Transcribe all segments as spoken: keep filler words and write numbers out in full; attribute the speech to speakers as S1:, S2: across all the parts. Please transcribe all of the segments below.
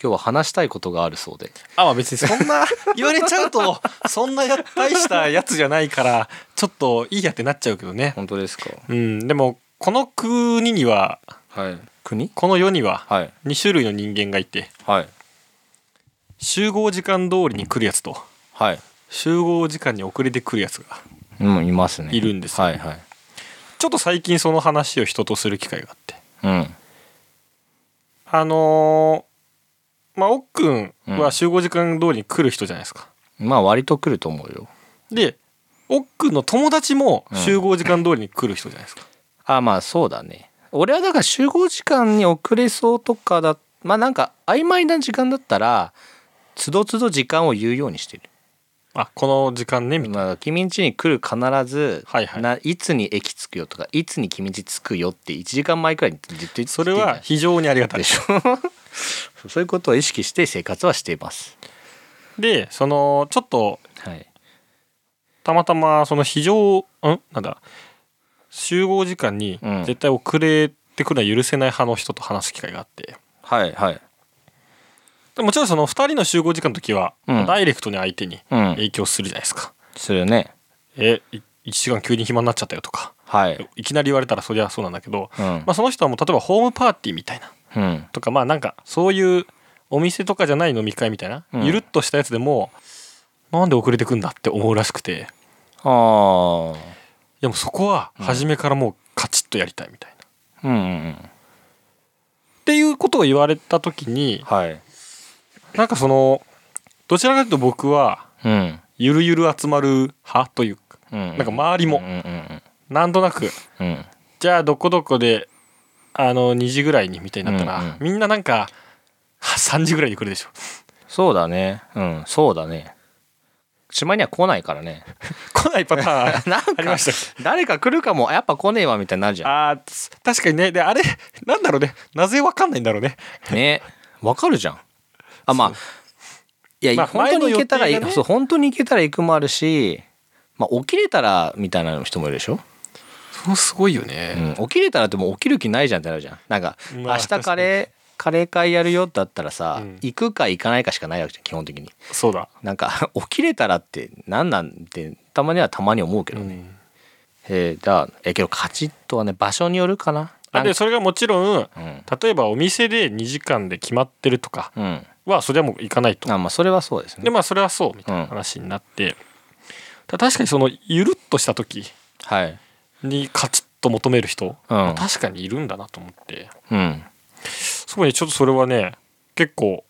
S1: 今日は話したいことがあるそうで。
S2: あ、まあ別にそんな言われちゃうとそんなや大したやつじゃないからちょっといいやってなっちゃうけどね。
S1: 本当ですか。
S2: うん、でもこの国には、
S1: はい、国
S2: この世には
S1: はい
S2: に種類の人間がいて、
S1: はい、
S2: 集合時間通りに来るやつと、
S1: はい、
S2: 集合時間に遅れて来るやつが
S1: うんいますね。
S2: いるんですよ。
S1: はいはい。
S2: ちょっと最近その話を人とする機会があって、
S1: うん。
S2: あのー、まあおっくんは集合時間通りに来る人じゃないですか。
S1: まあ割と来ると思うよ。
S2: でおっくんの友達も集合時間通りに来る人じゃないですか。
S1: うん、あまあそうだね。俺はだから集合時間に遅れそうとかだ、まあなんか曖昧な時間だったらつどつど時間を言うようにしてる。
S2: あ、この時間ねみたいな、
S1: まあ、君ん家に来る必ず、
S2: はいはい、
S1: ないつに駅着くよとかいつに君ん家着くよっていちじかんまえくらいにずっと言っていて、
S2: それは非常にありがたい
S1: でしょそういうことを意識して生活はしています。
S2: でそのちょっと、
S1: はい、
S2: たまたまその非常んなんだ集合時間に絶対遅れてくるのは許せない派の人と話す機会があって、
S1: はいはい
S2: でもちろんそのふたりの集合時間の時は、
S1: うん、
S2: ダイレクトに相手に影響するじゃないですか、
S1: うん、するね。
S2: えいちじかん急に暇になっちゃったよとか、
S1: はい、
S2: いきなり言われたらそりゃそうなんだけど、
S1: うん
S2: まあ、その人はもう例えばホームパーティーみたいな、
S1: うん、
S2: とかまあなんかそういうお店とかじゃない飲み会みたいな、
S1: うん、
S2: ゆるっとしたやつでもなんで遅れてくんだって思うらしくて、
S1: あ
S2: でもそこは初めからもうカチッとやりたいみたいな、
S1: うんうんうん、
S2: っていうことを言われた時に、
S1: はい、
S2: なんかそのどちらかというと僕はゆるゆる集まる派というか、うん、なんか周りもなんとなく、うん、じゃあどこどこであのにじぐらいにみたいになったら、うんうん、みんななんかさんじぐらいに来るでしょ。
S1: そうだね、うんそうだね。しまいには来ないからね
S2: 来ないパターンなんかありました。
S1: 誰か来るかもやっぱ来ねえわみたいになるじゃん。
S2: あ確かにね。であれなんだろうね、なぜわかんないんだろうね。
S1: ねわかるじゃん。あまあいや、まあ、本当に行けたら、ね、そう本当に行けたら行くもあるし、まあ、起きれたらみたいな人もいるでしょ。
S2: そのすごいよね、
S1: うん、起きれたらってもう起きる気ないじゃんってなるじゃん。なんか、まあ、明日カレーカレー会やるよだったらさ、うん、行くか行かないかしかないわけじゃん基本的に。
S2: そうだ。
S1: なんか起きれたらって何なんてたまにはたまに思うけどね、うん、えー、だえけどカチッとはね場所によるかな。
S2: あでそれがもちろん、うん、例えばお店でにじかんで決まってるとかは、うん、それはもう行かないと。
S1: あまあそれはそうですね。
S2: でまあそれはそうみたいな話になって、うん、確かにそのゆるっとした時にカチッと求める人、はい、確かにいるんだなと思って、うん、そうねちょっとそれはね結構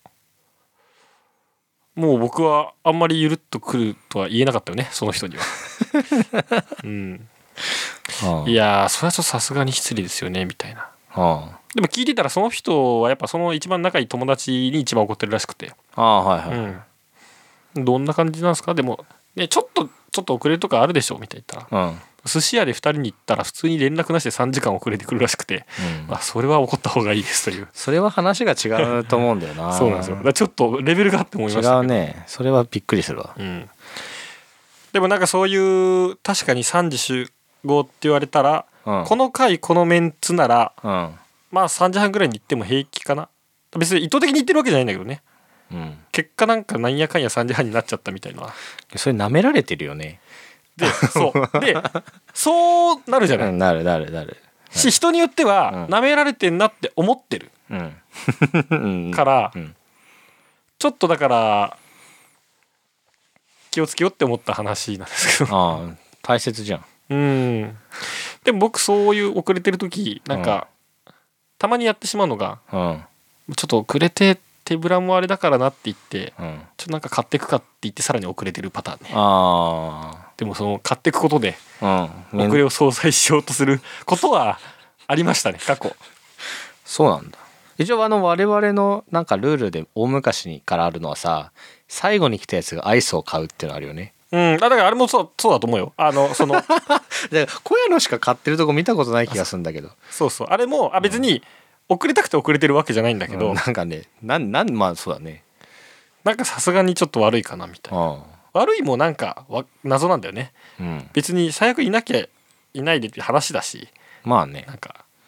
S2: もう僕はあんまりゆるっとくるとは言えなかったよねその人には、うん、はあ、いやそれはちょっとさすがに失礼ですよねみたいな、はあ、でも聞いてたらその人はやっぱその一番仲いい友達に一番怒ってるらしくて、
S1: ああはいはい、
S2: うん、どんな感じなんですかでも、ね、ちょっとちょっと遅れるとかあるでしょみたいな言ったら、うん、寿司屋でふたりに行ったら普通に連絡なしでさんじかん遅れてくるらしくて、うんまあ、それは怒った方がいいですという。
S1: それは話が違うと思うんだよな
S2: そうなんですよ。だからちょっとレベルがあって思いましたけど。
S1: 違うね。それはびっくりするわ、うん、
S2: でもなんかそういう確かにさんじ集合って言われたら、うん、この回このメンツなら、うん、まあさんじはんぐらいに行っても平気かな。別に意図的に行ってるわけじゃないんだけどね、うん、結果なんかなんやかんやさんじはんになっちゃったみたいな。
S1: それ舐められてるよね。
S2: でそうでそうなるじゃない、
S1: うん、なるなるなる
S2: し人によっては舐められてんなって思ってる、うん、から、うん、ちょっとだから気をつけようって思った話なんですけど。
S1: ああ大切じゃん。
S2: うんでも僕そういう遅れてる時なんか、うん、たまにやってしまうのが、うん、ちょっと遅れて手ぶらもあれだからなって言って、うん、ちょっとなんか買ってくかって言ってさらに遅れてるパターンね。あでもその買ってくことで、うん、遅れを相殺しようとすることはありましたね過去。
S1: そうなんだ。一応あの我々のなんかルールで大昔にからあるのはさ最後に来たやつがアイスを買うっていうのあるよね。
S2: うん、だからあれもそうそうだと思うよ。あのその
S1: 小屋のしか買ってるとこ見たことない気がするんだけど。
S2: そうそうあれもあ別に遅れたくて遅れてるわけじゃないんだけど、
S1: うん、なんかねなんなんまあそうだね
S2: なんかさすがにちょっと悪いかなみたいな。ああ悪いもなんか謎なんだよね、うん、別に最悪いなきゃいないでって話だし
S1: まあね
S2: なんか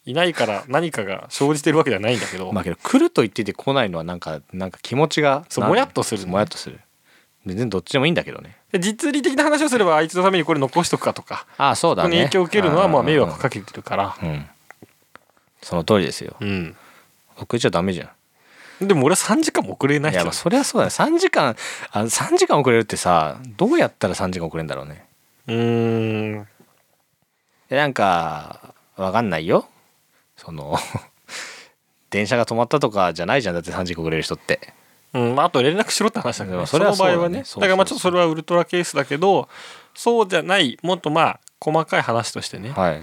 S2: いないから何かが生じてるわけではないんだけど、
S1: まあけど来ると言ってて来ないのはなんかなんか気持ちが
S2: そうもやっとする、ね、
S1: もやっとする。全然どっちでもいいんだけどね。
S2: で実利的な話をすればあいつのためにこれ残しとくかとか、
S1: ああそうだね、
S2: ここに影響を受けるのはまあ迷惑かけてるから、
S1: うん、その通りですよ、
S2: うん、
S1: 遅れちゃダメじゃん。
S2: でも俺はさんじかんも遅れないじゃん。
S1: いやまあそりゃそうだね。さんじかんあさんじかん遅れるってさ、どうやったらさんじかん遅れるんだろうね。
S2: うーん
S1: でなんかわかんないよ、その電車が止まったとかじゃないじゃん、だってさんじかん遅れる人って。
S2: うんまあ、あと連絡しろって話だけど、ね、
S1: それはそうだね、
S2: その場合はね。だからまあちょっとそれはウルトラケースだけど、そうじゃないもっとまあ細かい話としてね、
S1: はい、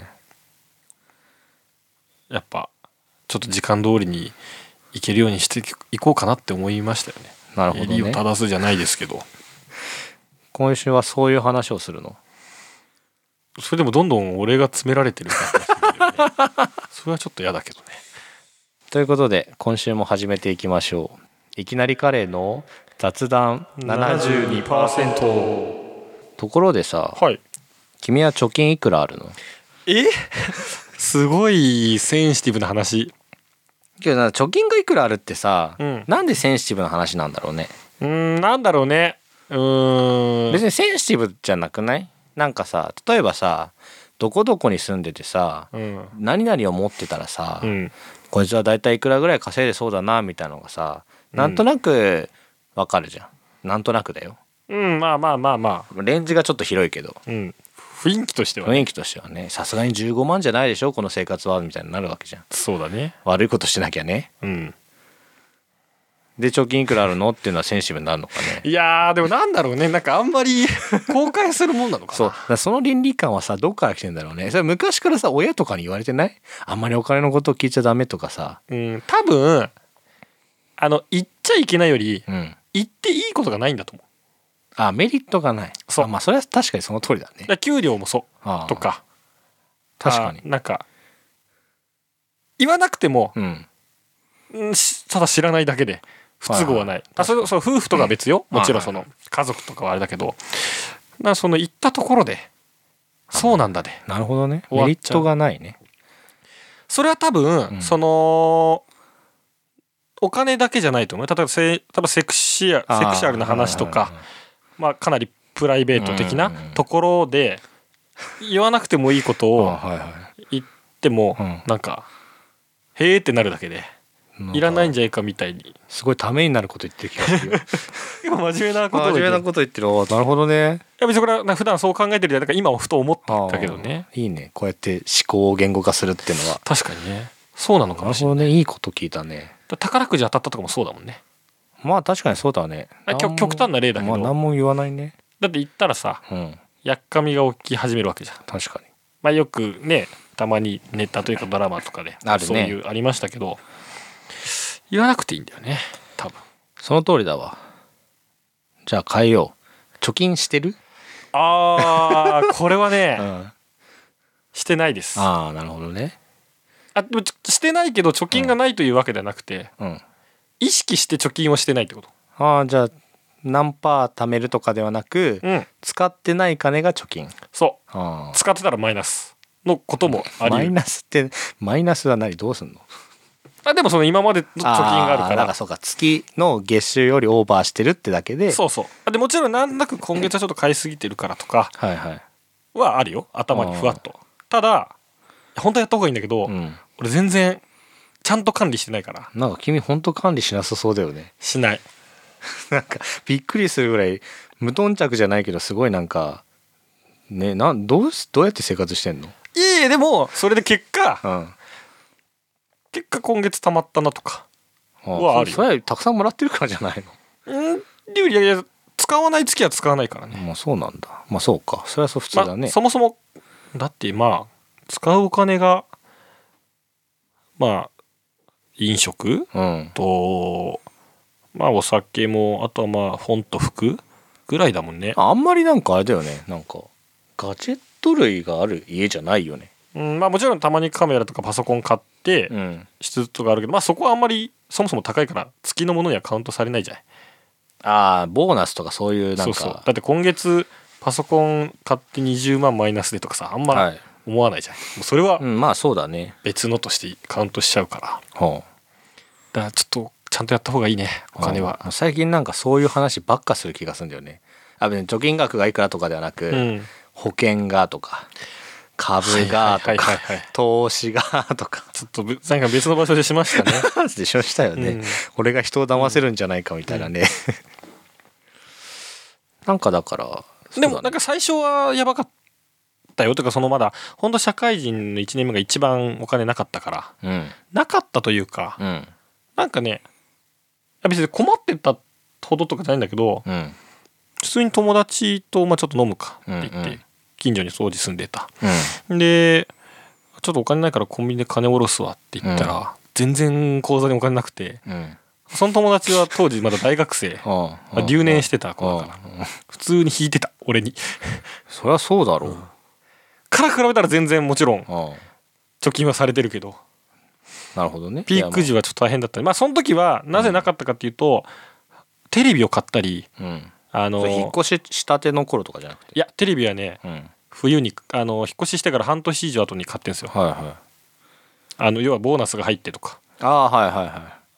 S2: やっぱちょっと時間通りに行けるようにしていこうかなって思いましたよね。
S1: なるほどね。
S2: 襟を正すじゃないですけど、
S1: 今週はそういう話をするの？
S2: それでもどんどん俺が詰められてるから、ね、それはちょっと嫌だけどね。
S1: ということで今週も始めていきましょう。いきなりカレーの雑談 ななじゅうにパーセント。 ところでさ、
S2: はい、
S1: 君は貯金いくらあるの？
S2: えすごいセンシティブな話。
S1: けどな、貯金がいくらあるってさ、
S2: うん、
S1: なんでセンシティブな話なんだろうね。
S2: うーんなんだろうね。うーん
S1: 別にセンシティブじゃなくない？なんかさ、例えばさ、どこどこに住んでてさ、うん、何々を持ってたらさ、うん、こいつはだいたいいくらぐらい稼いでそうだなみたいなのがさ、なんとなくわかるじゃん。なんとなくだよ。
S2: うんまあまあまあまあ。
S1: レンジがちょっと広いけど。
S2: うん、雰囲気としては、ね、
S1: 雰囲気としてはね、さすがにじゅうごまんじゃないでしょこの生活はみたいになるわけじゃん。
S2: そうだね。
S1: 悪いことしなきゃね。うん。で貯金いくらあるのっていうのはセンシティブになるのかね。
S2: いやーでもなんだろうね、なんかあんまり公開するもんなのかな。
S1: そうだ、その倫理観はさどっから来てんだろうね。それ昔からさ親とかに言われてない？あんまりお金のことを聞いちゃダメとかさ。
S2: うん多分あの言っちゃいけないより、うん、言っていいことがないんだと思う。
S1: あメリットがない。そう、まあそれは確かにその通りだね。
S2: だ給料もそうとか
S1: 確かに
S2: なんか言わなくても、うん、ただ知らないだけで不都合はない、はいはい、あそれその夫婦とかは別よ、うん、もちろんその家族とかはあれだけど、なその言ったところでそうなんだで、
S1: なるほどね、メリットがないね。
S2: それは多分、うん、そのお金だけじゃないと思う。例えばセ例えばセクシアセクシャルな話とか、まあ、かなりプライベート的なところで言わなくてもいいことを言ってもなんかへーってなるだけでいらないんじゃないかみたいに、
S1: すごいためになること言ってる気がするよ。
S2: 今真面目なこと
S1: 真面目なこと言ってる。なるほどね。
S2: いや別にこれは普段そう考えてるじゃないか、今ふと思ったけどね。
S1: いいね、こうやって思考を言語化するっていうのは。
S2: 確かにね、そうなのかもしれない。
S1: なるほどね、いいこと聞いたね。
S2: 宝くじ当たったとかもそうだもんね。
S1: まあ確かにそうだね。
S2: 極端な例だけど、
S1: まあ、何も言わないね。
S2: だって言ったらさ、うん、やっかみが起き始めるわけじゃん。
S1: 確かに。
S2: まあよくねたまにネタというかドラマとかである、ね、そういうありましたけど、言わなくていいんだよね多分。
S1: その通りだわ。じゃあ変えよう。貯金してる？
S2: あーこれはね、うん、してないです。
S1: ああなるほどね。
S2: あでもしてないけど貯金がないというわけではなくて、うん、意識して貯金をしてないってこと。
S1: ああじゃあ何パー貯めるとかではなく、うん、使ってない金が貯金。
S2: そうあ使ってたらマイナスのこともあり。
S1: マイナスってマイナスは何どうすんの？
S2: あでもその今までの貯金があるから、
S1: なんかそうか月の月収よりオーバーしてるってだけで。
S2: そうそうでもちろんなんなく今月はちょっと買いすぎてるからとかはあるよ頭にふわっと。ただ本当はやった方がいいんだけど、うん、俺全然ちゃんと管理してないから。
S1: なんか君本当管理しなさそうだよね。
S2: しない
S1: なんかびっくりするぐらい無頓着じゃないけどすごいなんかね、なんどうどうやって生活してんの？
S2: いえいえでもそれで結果、うん、結果今月たまったなとかはあるよ。
S1: それはたくさんもらってるからじゃない
S2: の？うんいやいや使わない月は使わないからね。
S1: まあそうなんだ。まあそうか、それはそう普通だね、
S2: まあ、そもそもだってまあ使うお金がまあ飲食、うん、とまあお酒もあとはまあ本と服ぐらいだもんね。
S1: あんまりなんかあれだよね、なんかガジェット類がある家じゃないよね。
S2: うん、まあもちろんたまにカメラとかパソコン買って質とかあるけど、まあそこはあんまりそもそも高いから月のものにはカウントされないじゃない。
S1: ああボーナスとかそういうなんか。
S2: そうそうだって今月パソコン買ってにじゅうまんマイナスでとかさあんま思わないじゃん。もうそれは
S1: まあそうだね、
S2: 別のとしてカウントしちゃうから、
S1: うん、だか
S2: らちょっとちゃんとやった方がいいね、お金は。
S1: うん、最近なんかそういう話ばっかする気がするんだよね。あ、別に貯金額がいくらとかではなく、うん、保険がとか株がとか投資がとか
S2: ちょっとなんか別の場所でしましたね
S1: でしましたよね、うん、これが人を騙せるんじゃないかみたいなね、うん、なんかだから、ね、
S2: でもなんか最初はやばかったよとか、そのまだ本当社会人のいちねんめが一番お金なかったから、うん、なかったというか、うん、なんかね別に困ってたほどとかじゃないんだけど、うん、普通に友達とまあちょっと飲むかって言って、うんうん、近所に掃除住んでた、うん、でちょっとお金ないからコンビニで金下ろすわって言ったら、うん、全然口座にお金なくて、うん、その友達は当時まだ大学生留年してた子だから普通に引いてた俺に
S1: そりゃそうだろう、うん、
S2: から比べたら全然もちろん貯金はされてるけど、
S1: なるほどね、
S2: ピーク時はちょっと大変だった。まあその時はなぜなかったかっていうと、うん、テレビを買ったり、うん、あの
S1: 引っ越ししたての頃とかじゃなくて、
S2: いやテレビはね、うん、冬にあの引っ越ししてから半年以上後に買ってんですよ、はいはい、あの要はボーナスが入ってとか、
S1: あ、はいはいはい、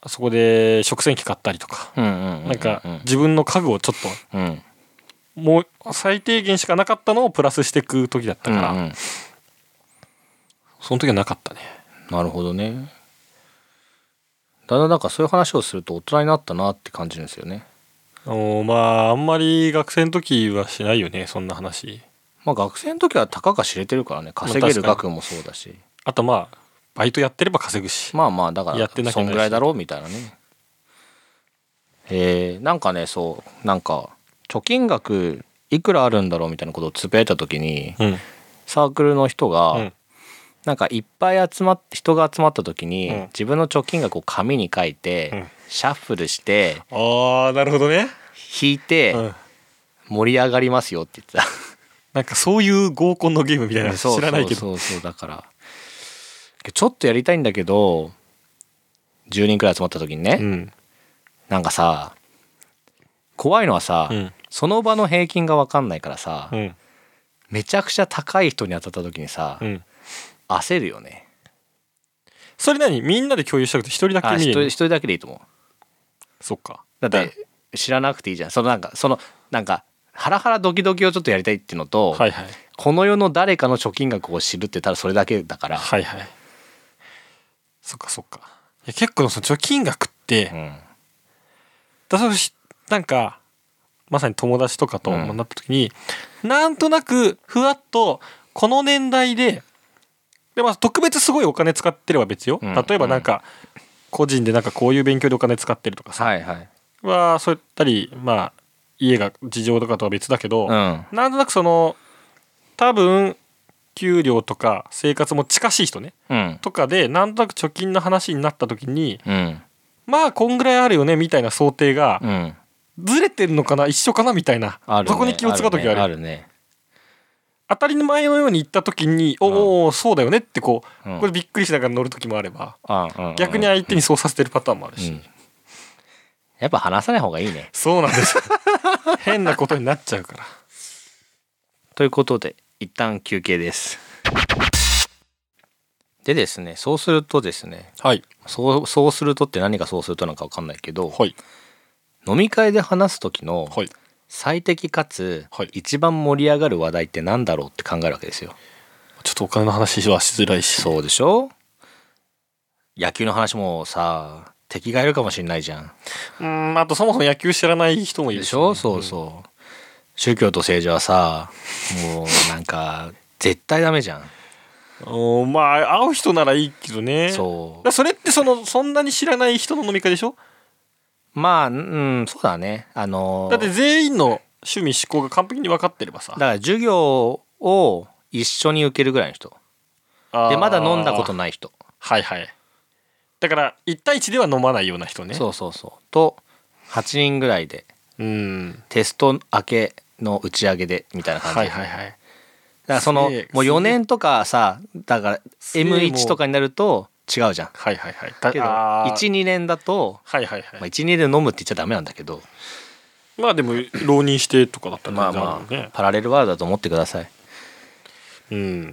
S2: そこで食洗機買ったりとか、うんうんうんうん、なんか自分の家具をちょっと、うん、もう最低限しかなかったのをプラスしていく時だったから、うんうん、その時はなかったね。
S1: なるほどね。だんだんなんかそういう話をすると大人になったなって感じるんですよね。
S2: おまああんまり学生の時はしないよねそんな話。
S1: まあ学生の時はたかが知れてるからね、稼げる額もそうだし、
S2: あとまあバイトやってれば稼ぐし、
S1: まあまあだからやってなきゃそんぐらいだろうみたいなね。えー、なんかね、そうなんか貯金額いくらあるんだろうみたいなことをつぶやいた時に、うん、サークルの人が、うん、なんかいっぱい集まって人が集まった時に、うん、自分の貯金額を紙に書いて、うん、シャッフルして、
S2: あーなるほどね、
S1: 引いて、うん、盛り上がりますよって言ってた
S2: なんかそういう合コンのゲームみたいなの知らないけど、
S1: そうそうそうそう、だからちょっとやりたいんだけどじゅうにんくらい集まった時にね、うん、なんかさ怖いのはさ、うん、その場の平均が分かんないからさ、うん、めちゃくちゃ高い人に当たった時にさ、うん、焦るよね。
S2: それ何みんなで共有したくて一人だけ見れる？
S1: 一人だけでいいと思う。
S2: そっか。
S1: だって知らなくていいじゃん。そのなんかそのなんかハラハラドキドキをちょっとやりたいっていうのと、はいはい、この世の誰かの貯金額を知るってただそれだけだから。はいはい。
S2: そっかそっか。いや結構その貯金額って、うん、だそうなんかまさに友達とかとなった時に、うん、なんとなくふわっとこの年代でで、まあ、特別すごいお金使ってれば別よ、うん、例えばなんか個人でなんかこういう勉強でお金使ってるとかさ、はいはい、はそういったりまあ家が事情とかとは別だけど、うん、なんとなくその多分給料とか生活も近しい人ね、うん、とかでなんとなく貯金の話になった時に、うん、まあこんぐらいあるよねみたいな想定が、うん、ずれてるのかな一緒かなみたいな、ね、そこに気を使う時ある、
S1: あるね。
S2: 当たり前のように言った時に、うん、おおそうだよねってこう、うん、これびっくりしながら乗る時もあれば、うん、逆に相手にそうさせてるパターンもあるし、うん、
S1: やっぱ話さない方がいいね。
S2: そうなんです変なことになっちゃうから。
S1: ということで一旦休憩です。でですね、そうするとですね、はい、そうそうするとって何がそうするとなのか分かんないけど、はい、飲み会で話す時の最適かつ一番盛り上がる話題って何だろうって考えるわけですよ。
S2: ちょっとお金の話はしづらいし。
S1: そうでしょ。野球の話もさ敵がいるかもしれないじゃん。
S2: うん、あとそもそも野球知らない人もいる
S1: し、ね、でしょ。そうそう、うん、宗教と政治はさもうなんか絶対ダメじゃん。
S2: おまあ会う人ならいいけどね。そうだそれってそのそんなに知らない人の飲み会でしょ。
S1: まあうんそうだね。あの
S2: だって全員の趣味思考が完璧に分かってればさ。
S1: だから授業を一緒に受けるぐらいの人でまだ飲んだことない人。
S2: はいはい。だからいち対いちでは飲まないような人ね。
S1: そうそうそうとはちにんぐらいでうんテスト明けの打ち上げでみたいな感じ。はいはいはい。だからそのもうよねんとかさだから エムワン とかになると違うじゃん。はいはいはい。けどいちにねんだと、はいはいはい、まあ、いちにねんで飲むって言っちゃダメなんだけど
S2: まあでも浪人してとかだったら
S1: まあまあパラレルワールドだと思ってください。
S2: うん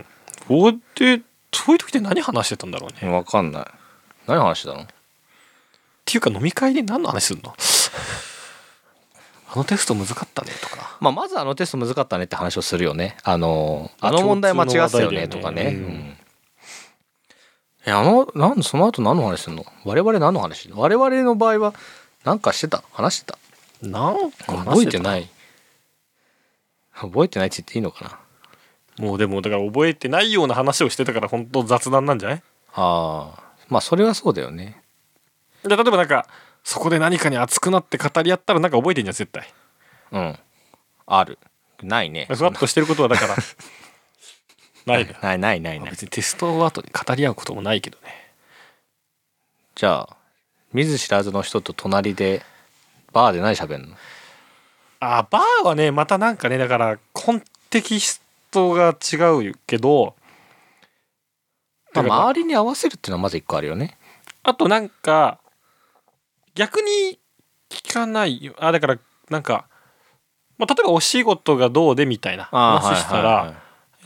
S2: そうでそういう時って何話してたんだろうね。
S1: 分かんない。何話してたの
S2: っていうか飲み会で何の話するのあのテスト難かったねとか、
S1: まあ、まずあのテスト難かったねって話をするよね。あのあの問題間違ってたよねとかね、うん、えあのなんその後何の話するの？我々何の話するの？我々の場合は何かしてた？話してた？
S2: なんか話
S1: 覚えてない覚えてないって言っていいのか
S2: な。もうでもだから覚えてないような話をしてたから本当雑談なんじゃない？
S1: ああ、まあそれはそうだよね。
S2: で例えばなんかそこで何かに熱くなって語り合ったらなんか覚えてんじゃん絶対。
S1: うんある。ないね。
S2: ふわっとしてることはだからないね。
S1: ないないないない。
S2: 別にテスト後に語り合うこともないけどね。
S1: じゃあ見ず知らずの人と隣でバーで何喋んの？
S2: あバーはねまたなんかねだからコンテキストが違うけど、
S1: まあ、周りに合わせるっていうのはまず一個あるよね。
S2: あとなんか逆に聞かないよ。あだからなんか、まあ、例えばお仕事がどうでみたいな話したら、はいはいはい、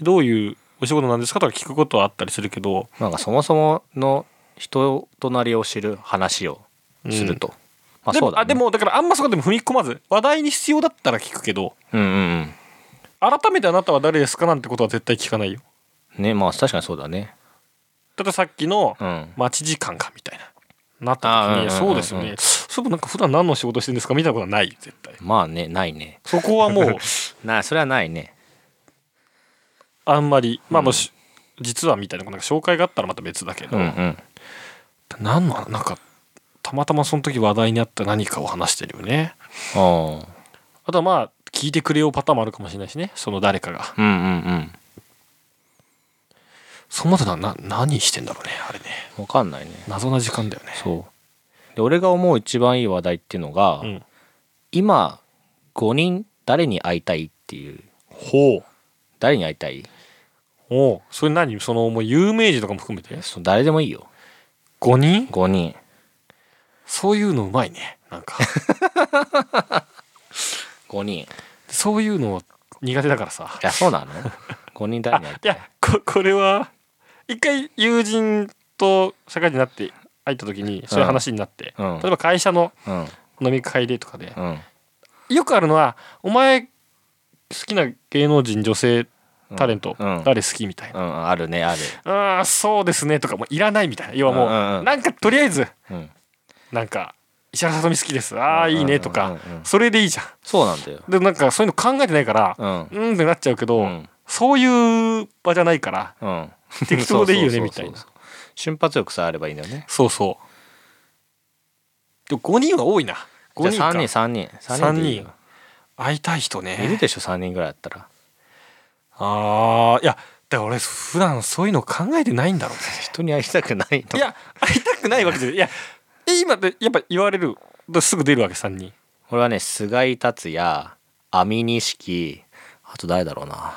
S2: どういうお仕事なんですかとか聞くことはあったりするけど、
S1: なんかそもそもの人となりを知る話をすると、うんまあ
S2: でも
S1: そうだね、
S2: あでもだからあんまそこでも踏み込まず話題に必要だったら聞くけど、
S1: うんうんうん、
S2: 改めてあなたは誰ですかなんてことは絶対聞かないよ
S1: ね。まあ確かにそうだね。
S2: たださっきの待ち時間がみたいななった時に、うん、そうですよね、そういえばなんか普段何の仕事してるんですかみたいなことはないよ絶対。
S1: まあねないね。
S2: そこはもう
S1: なそれはないね。
S2: あんまりまあもし、うん、実はみたいななんか紹介があったらまた別だけど、うんうん、何のなんかたまたまその時話題にあった何かを話してるよね。ああとはまあ聞いてくれようパターンもあるかもしれないしねその誰かが。
S1: うんうんうん。
S2: その後なな何してんだろうねあれね。
S1: 分かんないね。
S2: 謎な時間だよね。
S1: そうで俺が思う一番いい話題っていうのが、うん、今ごにん誰に会いたいっていう。
S2: ほう
S1: 誰に会いたい？
S2: おうそれ何そのもう有名人とかも含めて？
S1: そう誰でもいいよ。
S2: ごにん？
S1: ごにん。
S2: そういうのうまいねなんか
S1: ごにん
S2: そういうの苦手だからさ。
S1: いやそうなのごにん誰に会いたい？
S2: いや こ, これは一回友人と社会人になって会った時にそういう話になって、うん、例えば会社の飲み会でとかで、うん、よくあるのはお前好きな芸能人女性タレント、うん、誰好きみたいな、
S1: うん、あるねある。
S2: ああそうですねとかもういらないみたいな。要はもう、うんうん、なんかとりあえず、うん、なんか石原さとみ好きですああいいねとか、うんうんうんうん、それでいいじゃん。
S1: そうなんだよ。
S2: でなんかそういうの考えてないからうんうんってなっちゃうけど、うん、そういう場じゃないから、うん、適当でいいよねみたいな。
S1: 瞬発力さえあればいいんだよね。
S2: そうそうでもごにんは多いな。ごにんか。
S1: じゃあさんにんさんにん
S2: さんにん会いたい人ね
S1: いるでしょ。さんにんぐらいだったら。
S2: あーいやだから俺普段そういうの考えてないんだろうね。
S1: 人に会いたくないと。
S2: いや会いたくないわけじゃない。いや今でやっぱ言われるすぐ出るわけさんにん。
S1: 俺はね菅井竜也阿美錦あと誰だろうな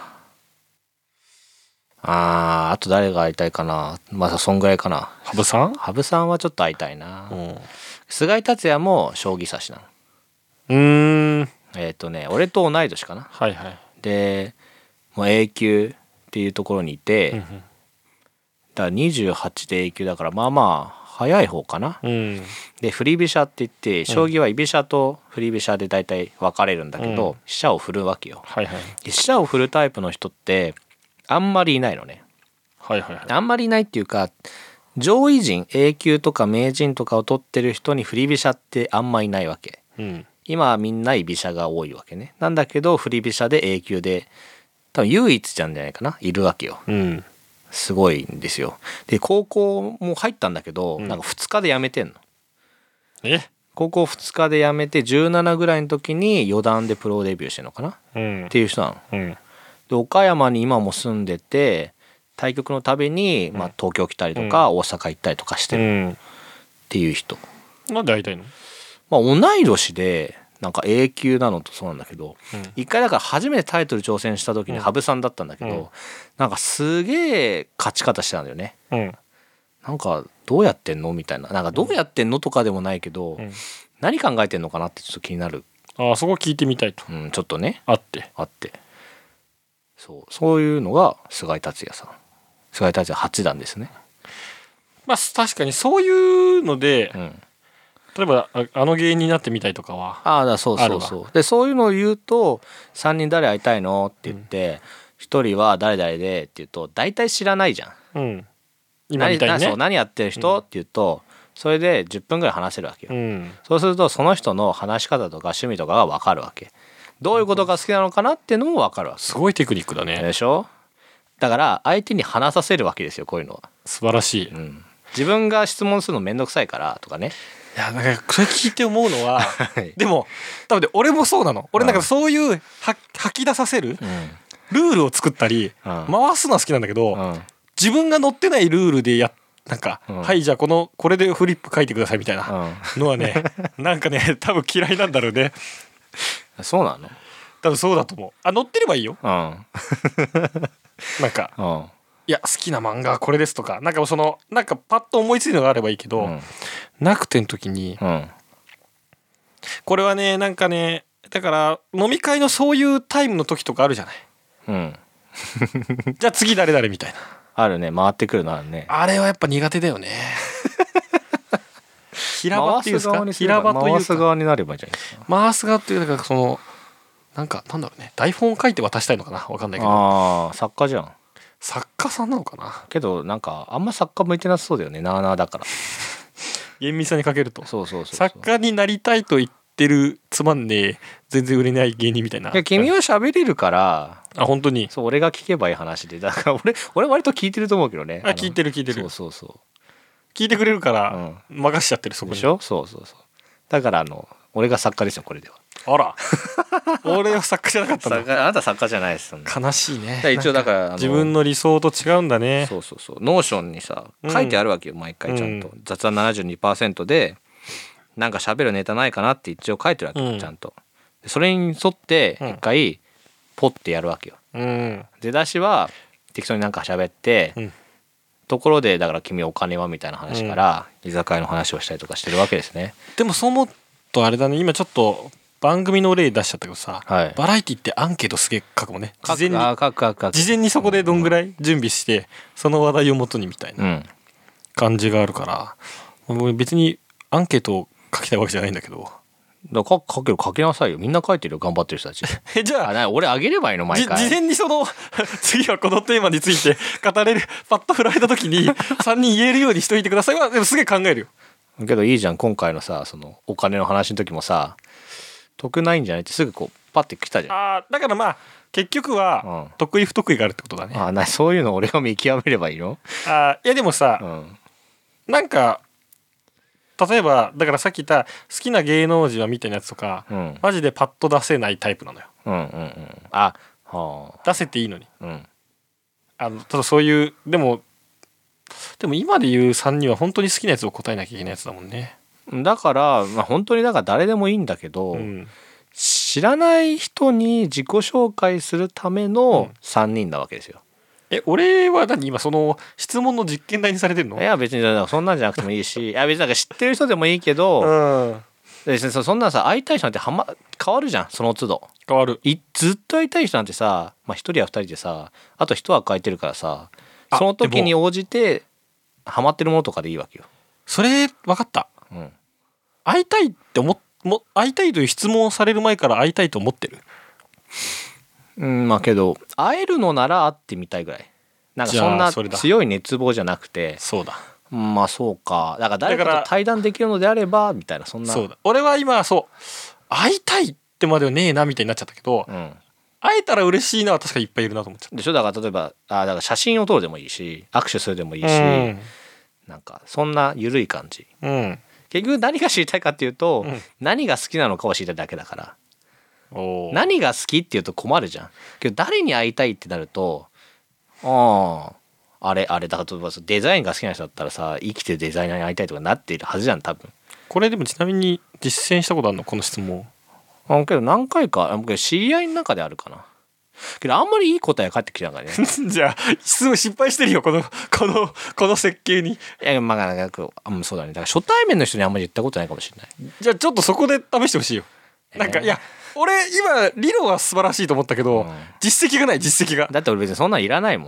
S1: ああと誰が会いたいかな。まあそんぐらいかな。
S2: 羽生さん
S1: 羽生さんはちょっと会いたいな、うん、菅井竜也も将棋指しなの。
S2: うーん
S1: えっ、ー、とね俺と同い年かな。
S2: はいはい
S1: でもう A 級っていうところにいて、うんうん、だからにじゅうはちで A 級だからまあまあ早い方かな、うん、で振り飛車って言って将棋は居飛車と振り飛車で大体分かれるんだけど、うん、飛車を振るわけよ、はいはい、飛車を振るタイプの人ってあんまりいないのね、はいはいはい、あんまりいないっていうか上位陣 A 級とか名人とかを取ってる人に振り飛車ってあんまいないわけ、うん、今はみんな居飛車が多いわけね。なんだけど振り飛車で A 級で多分唯一じゃんじゃないかないるわけよ、うん、すごいんですよ。で高校も入ったんだけど、うん、なんかふつかで辞めてんの。
S2: え
S1: 高校ふつかで辞めてじゅうななぐらいの時に四段でプロデビューしてんのかな、うん、っていう人なの、うん、で岡山に今も住んでて対局のたびに、まあ、東京来たりとか、うん、大阪行ったりとかしてるっていう人、
S2: うん、なんで会いたいの？
S1: まあ同い年でなんか A 級なのとそうなんだけど、うん、一回だから初めてタイトル挑戦した時に羽生さんだったんだけど、うん、なんかすげえ勝ち方してたんだよね、うん、なんかどうやってんのみたいな。なんかどうやってんのとかでもないけど、うん、何考えてんのかなってちょっと気になる。
S2: ああそこ聞いてみたいと、
S1: うん、ちょっとね
S2: あって
S1: あってそうそういうのが菅井竜也さん。 菅井達也八段ですね。
S2: まあ確かにそういうので、うん、例えば あ, あの芸人になってみたいとかは
S1: ああだそうそうそうでそういうのを言うとさんにん誰会いたいのって言って、うん、ひとりは誰々でって言うと大体知らないじゃん、うん、今みたいにね、何, そう何やってる人、うん、って言うとそれでじゅっぷんぐらい話せるわけよ、うん、そうするとその人の話し方とか趣味とかが分かるわけ。どういうことが好きなのかなっていうのも分かるわけ。
S2: すごいテクニックだね。
S1: でしょ。だから相手に話させるわけですよこういうのは。
S2: 素晴らしい、
S1: うん、自分が質問するのめんどくさいからとかね。
S2: いやなんかそれ聞いて思うのは、はい、でも多分ね俺もそうなの。俺なんかそういう吐き出させる、うん、ルールを作ったり、うん、回すのは好きなんだけど、うん、自分が乗ってないルールでやなんか、うん、はいじゃあこのこれでフリップ書いてくださいみたいなのはね、うん、なんかね多分嫌いなんだろうね。
S1: そうなの？
S2: 多分そうだと思う。あ乗ってればいいよ、うん、なんか、うん、いや好きな漫画はこれですとかなんかそのなんかパッと思いついたのがあればいいけど、うん、なくてん時に、うん、これはねなんかねだから飲み会のそういうタイムの時とかあるじゃない、うん、じゃあ次誰々みたいな
S1: あるね回ってくるのあるね。
S2: あれはやっぱ苦手だよね。平場っていうんですか平場というか
S1: 回す側になればいいじゃないですか。
S2: 回す側っていうかそのなんかなんだろうね台本を書いて渡したいのかな分かんないけど。
S1: ああ作家じゃん。
S2: 作家さんなのかな。
S1: けどなんかあんま作家向いてなさそうだよねなあなあだから
S2: 厳密さにかけると。
S1: そうそうそうそう
S2: 作家になりたいと言ってるつまんねえ全然売れない芸人みたいな。
S1: いや君は喋れるから
S2: あ本当に
S1: そう俺が聞けばいい話でだから俺俺割と聞いてると思うけどね。
S2: あ聞いてる聞いてる。
S1: そうそうそう
S2: 聞いてくれるから任しちゃってるそこに。
S1: でしょ。そうそうそうだからあの俺が作家ですよこれでは。
S2: あら俺は作家じゃなかったんだ。
S1: あなた作家じゃないです。
S2: 悲しいね。
S1: 一応だから
S2: 自分の理想と違うんだね。
S1: そうそうそうノーションにさ書いてあるわけよ、うん、毎回ちゃんと、うん、雑談 ななじゅうにパーセント でなんか喋るネタないかなって一応書いてるわけよ、うん、ちゃんと。それに沿って一回ポッてやるわけよ、うん、出だしは適当になんか喋って、うん、ところでだから君お金はみたいな話から、うん、居酒屋の話をしたりとかしてるわけですね。
S2: でもそう思うとあれだね今ちょっと番組の例出しちゃったけどさ、はい、バラエティってアンケートすげえ書くもんね。事前に事前にそこでどんぐらい準備してその話題をもとにみたいな感じがあるから、うん、別にアンケートを書きたいわけじゃないんだけど。
S1: だから書ける書けなさいよ。みんな書いてるよ頑張ってる人たち。
S2: えじゃあ、
S1: あ俺あげればいいの毎回。
S2: 事前にその次はこのテーマについて語れるパッと振られた時にさんにん言えるようにしといてくださいはでもすげえ考えるよ。
S1: けどいいじゃん今回のさそのお金の話の時もさ得ないんじゃないってすぐこうパッて来たじゃん。
S2: あだからまあ結局は得意不得意があるってことだね。
S1: あなそういうの俺が見極めればいいの。
S2: あいやでもさ、うん、なんか例えばだからさっき言った好きな芸能人はみたいなやつとか、うん、マジでパッと出せないタイプなのよ、うんうんうん、あ、はあ、出せていいのに、うん、あのただそういうでもでも今で言うさんにんは本当に好きなやつを答えなきゃいけないやつだもんね。
S1: だから、まあ、本当にだから誰でもいいんだけど、うん、知らない人に自己紹介するためのさんにんなわけですよ。
S2: え俺は何今その質問の実験台にされてるの？
S1: いや別にそんなんじゃなくてもいいしいや別になんか知ってる人でもいいけど、うん、別にそんなさ会いたい人なんてはま変わるじゃんその都度
S2: 変わる
S1: いずっと会いたい人なんてさ、まあ、ひとりやふたりでさあと一枠空いてるからさその時に応じてハマってるものとかでいいわけよ。
S2: それ分かった、うん、会いたいって思も会いたいという質問をされる前から会いたいと思ってる。
S1: うんまあけど会えるのなら会ってみたいぐらいなんかそんな強い熱望じゃなくて
S2: そうだ
S1: まあそうかだから誰かと対談できるのであればみたいなそんな
S2: そうだ俺は今そう会いたいってまではねえなみたいになっちゃったけど、うん、会えたら嬉しいのは確かにいっぱいいるなと思っちゃった
S1: でしょ。だから例えばあだから写真を撮るでもいいし握手するでもいいし、うん、なんかそんな緩い感じ、うん、結局何が知りたいかっていうと、うん、何が好きなのかを知りたいだけだから何が好きっていうと困るじゃん。けど誰に会いたいってなるとあああれあれだから例えばデザインが好きな人だったらさ生きてるデザイナーに会いたいとかなっているはずじゃん多分。
S2: これでもちなみに実践したことあるのこの質問。
S1: あけど何回か知り合いの中であるかな。けどあんまりいい答えが返ってきてないからね
S2: じゃあ質問失敗してるよこのこのこの設計に。い
S1: やまあなんかあそうだねだから初対面の人にあんまり言ったことないかもしれない。
S2: じゃあちょっとそこで試してほしいよ。なんか、えー、いや俺今理論は素晴らしいと思ったけど、うん、実績がない実績が。
S1: だって俺別にそんなんいらないもん。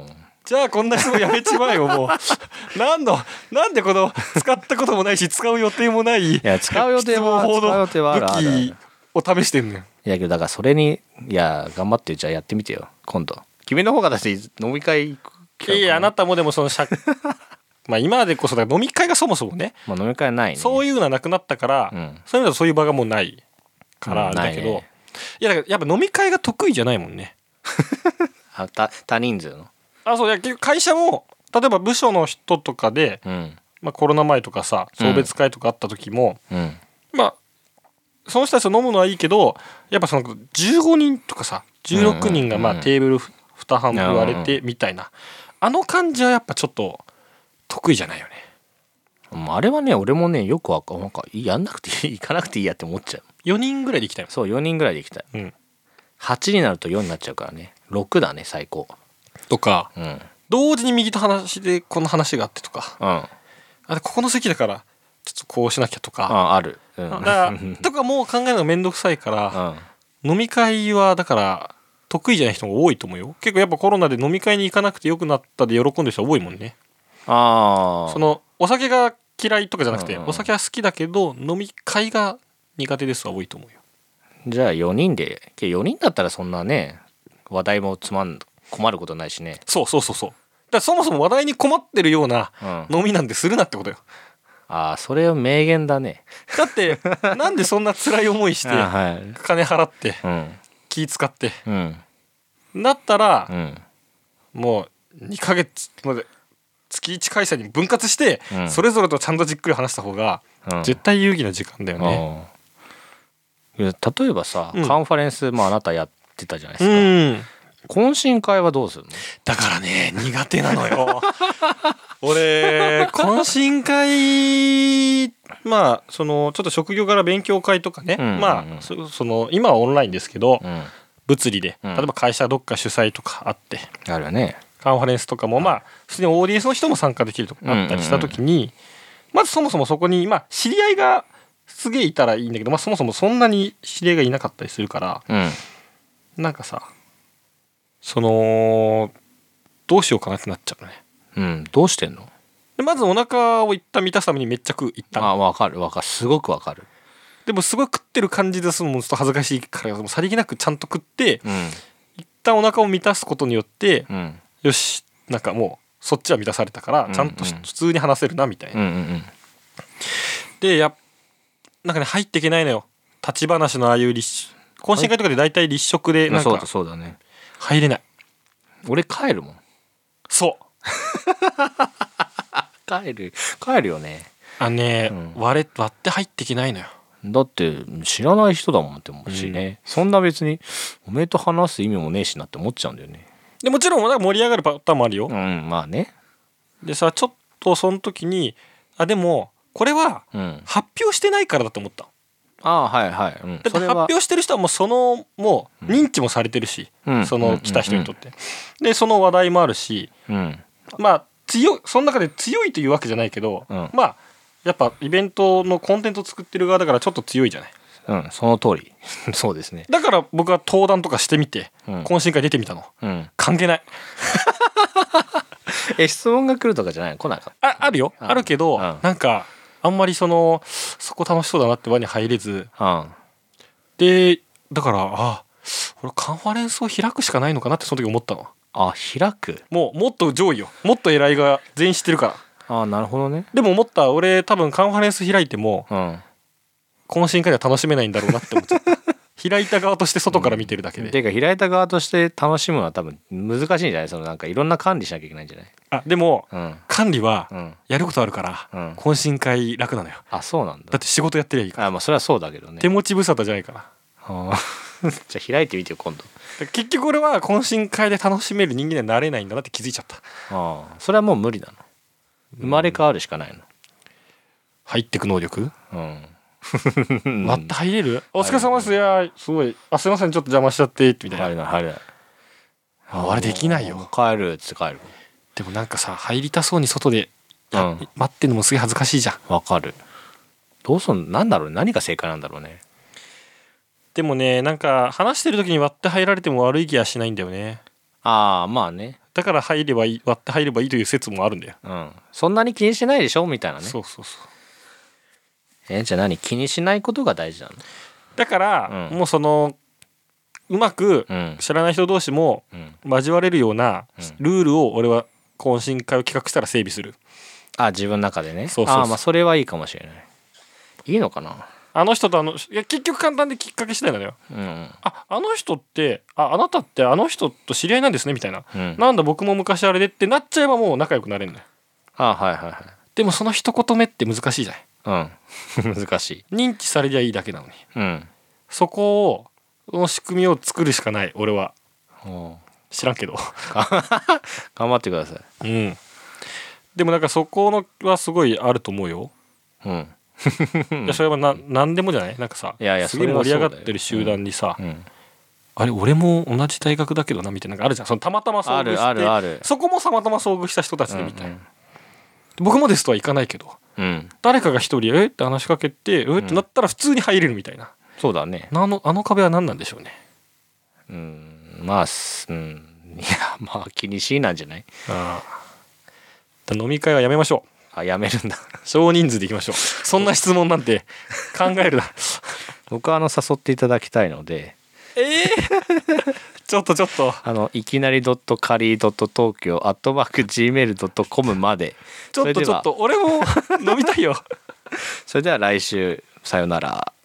S2: じゃあこんな質問やめちまえよもう何のなんでこの使ったこともないし使う予定もない
S1: いや使う予定は
S2: 質問法の
S1: 使う予定はあるある
S2: 武器を試してんのよ。
S1: いやけどだからそれにいや頑張ってじゃあやってみてよ今度。君の方がだって飲み会行く機会
S2: いやあなたもでもそのしゃまあ今でこそだ飲み会がそもそもね、
S1: まあ飲み会ないね。
S2: そういうのはなくなったから、うん、そういうのはそういう場がもうないからあれだけど、うんね、いやだからやっぱ飲み会が得意じゃないもんね
S1: あた多人数の
S2: あそういや会社も例えば部署の人とかで、うんまあ、コロナ前とかさ送別会とかあった時も、うん、まあその人たちと飲むのはいいけどやっぱそのじゅうごにんとかさじゅうろくにんがまあテーブルに半分割れてみたいなあの感じはやっぱちょっと得意じゃないよね。
S1: あれはね俺もねよくわかなんかやんなくていい行かなくていいやって思っちゃう。
S2: よにんぐらいで行きたい。
S1: そうよにんぐらいで行きたい、うん、はちになるとよになっちゃうからねろくだね最高
S2: とか、うん、同時に右と話でこの話があってとか、うん、あれここの席だからちょっとこうしなきゃとか
S1: あ, ある、
S2: うん、だからとかもう考えるのがめんどくさいから、うん、飲み会はだから得意じゃない人が多いと思うよ。結構やっぱコロナで飲み会に行かなくてよくなったで喜んでる人多いもんね。あそのお酒が嫌いとかじゃなくて、うんうん、お酒は好きだけど飲み会が苦手ですは多いと思うよ。
S1: じゃあよにんでよにんだったらそんなね話題もつまん困ることないしね。
S2: そうそうそうそう。だからそもそも話題に困ってるような飲みなんてするなってことよ、
S1: うん、ああそれは名言だね。
S2: だってなんでそんな辛い思いして金払って気使って、うん、だったら、うん、もうにかげつまで月いち開催に分割して、うん、それぞれとちゃんとじっくり話した方が絶対有意義な時間だよね、
S1: うん、いや例えばさ、うん、カンファレンス、まあ、あなたやってたじゃないですか、うん、懇親会はどうするの？
S2: だからね苦手なのよ俺懇親会まあそのちょっと職業柄勉強会とかね、うんうんうん、まあ そ, その今はオンラインですけど、うん、物理で、うん、例えば会社どっか主催とかあって
S1: あるよね。
S2: カンファレンスとかもまあ普通にオーディエンスの人も参加できるとかあったりした時に、うんうんうん、まずそもそもそこにまあ知り合いがすげえいたらいいんだけど、まあ、そもそもそんなに知り合いがいなかったりするから、うん、なんかさそのどうしようかなってなっちゃうね。
S1: うん、どうしてんの？
S2: でまずお腹を一旦満たすためにめっちゃ食う一旦。
S1: あ、分かる分かるすごく分かる。
S2: でもすごい食ってる感じですもんちょっと恥ずかしいからもうさりげなくちゃんと食って、うん、一旦お腹を満たすことによって、うん、よしなんかもうそっちは満たされたからちゃんと普通に話せるなみたいな、うんうん、でやなんかね入っていけないのよ立ち話のああいう立懇親会とかで大体立食でなんか
S1: そうだそうだね
S2: 入れない。
S1: 俺帰るもん。
S2: そう
S1: 帰る帰るよね。
S2: あのね、うん、割れ割って入っていけないのよ。
S1: だって知らない人だもんって思うしね、うん、そんな別におめえと話す意味もねえしなって思っちゃうんだよね。
S2: でもちろん盛り上がるパターンもあるよ。
S1: うんまあね。
S2: でさちょっとその時にあでもこれは発表してないからだと思った、
S1: うん、ああはいはい、うん、
S2: だって発表してる人はもうそのもう認知もされてるし、うん、その来た人にとって、うんうんうん、でその話題もあるし、うん、まあ強いその中で強いというわけじゃないけど、うん、まあやっぱイベントのコンテンツを作ってる側だからちょっと強いじゃない。
S1: うんその通りそうですね。
S2: だから僕は登壇とかしてみて、うん、懇親会出てみたの、うん、関係ない
S1: え質問が来るとかじゃないの？来なかった？
S2: あ, あるよ あ, あるけど、うん、なんかあんまりそのそこ楽しそうだなって輪に入れず、うん、でだからあこれカンファレンスを開くしかないのかなってその時思ったの。
S1: あ開く
S2: もうもっと上位よもっと偉いが全員知ってるから。
S1: あなるほどね。
S2: でも思った俺多分カンファレンス開いても、うん、懇親会では楽しめないんだろうなって思っちゃった開いた側として外から見てるだけで、うん、
S1: ていうか開いた側として楽しむのは多分難しいんじゃない？そのなんかいろんな管理しなきゃいけないんじゃない？
S2: あでも、うん、管理はやることあるから、うん、懇親会楽なのよ。あ
S1: そうなんだ。
S2: だって仕事やってりゃいいから。
S1: あまあそれはそうだけどね。
S2: 手持ち無沙汰じゃないから
S1: じゃあ開いてみてよ今度。
S2: 結局俺は懇親会で楽しめる人間にはなれないんだなって気づいちゃった。
S1: あそれはもう無理なの？生まれ変わるしかないの？
S2: 入ってく能力？うん割って入れる？お疲れ様です。いやすごいあすいませんちょっと邪魔しちゃってみたいな。
S1: 入る入る。
S2: ああれできないよ。
S1: 帰るっつって帰る。
S2: でもなんかさ入りたそうに外で、うん、待ってるのもすげえ恥ずかしいじゃん。
S1: わかる。どうすんなんだろう何が正解なんだろうね。で
S2: もねなんか話してる時に割って入られても悪い気はしないんだよね。
S1: ああまあね。
S2: だから入ればいい、割って入ればいいという説もあるんだよ。
S1: うん。そんなに気にしないでしょみたいなね。
S2: そうそうそう。
S1: えじゃあ何気にしないことが大事なの？
S2: だから、うん、もうそのうまく知らない人同士も交われるようなルールを俺は懇親会を企画したら整備する。
S1: あ、自分の中でね。
S2: そうそうそう。
S1: あ、まあそれはいいかもしれない。いいのかな。
S2: あの人とあのいや結局簡単できっかけ次第なのよ。うん、ああの人ってああなたってあの人と知り合いなんですねみたいな、うん、なんだ僕も昔あれでってなっちゃえばもう仲良くなれるのよ。
S1: あ、はいはいはい。
S2: でもその一言目って難しいじゃない。
S1: うん難しい。
S2: 認知されりゃいいだけなのに、
S1: うん、
S2: そこをその仕組みを作るしかない俺は。知らんけど
S1: 頑張ってくださ
S2: い。うんでもなんかそこのはすごいあると思うよ。うんいやそれはな何でもじゃない？なんかさ、いやいやすげえ盛り上がってる集団にさ、うんうん、あれ俺も同じ大学だけどなみたいなのがあるじゃん。そのたまたま遭遇して、あるあるある、そこもたまたま遭遇した人たちでみたいな、うんうん、僕もですとはいかないけど、うん、誰かが一人えって話しかけてえってなったら普通に入れるみたいな、うん、
S1: そうだね。
S2: あのあの壁は何なんでしょうね。
S1: うんまあ、うん、いやまあ気にしいなんじゃない？あ
S2: あ飲み会はやめましょう。
S1: あ、やめるんだ。
S2: 少人数でいきましょう。そんな質問なんて考えるな。
S1: 僕はあの誘っていただきたいので。
S2: えー、ちょっとちょっと
S1: あのいきなりドットカリードット東京アットマーク ジーメールドットコム まで。
S2: ちょっとちょっと俺も飲みたいよ。
S1: それでは来週さよなら。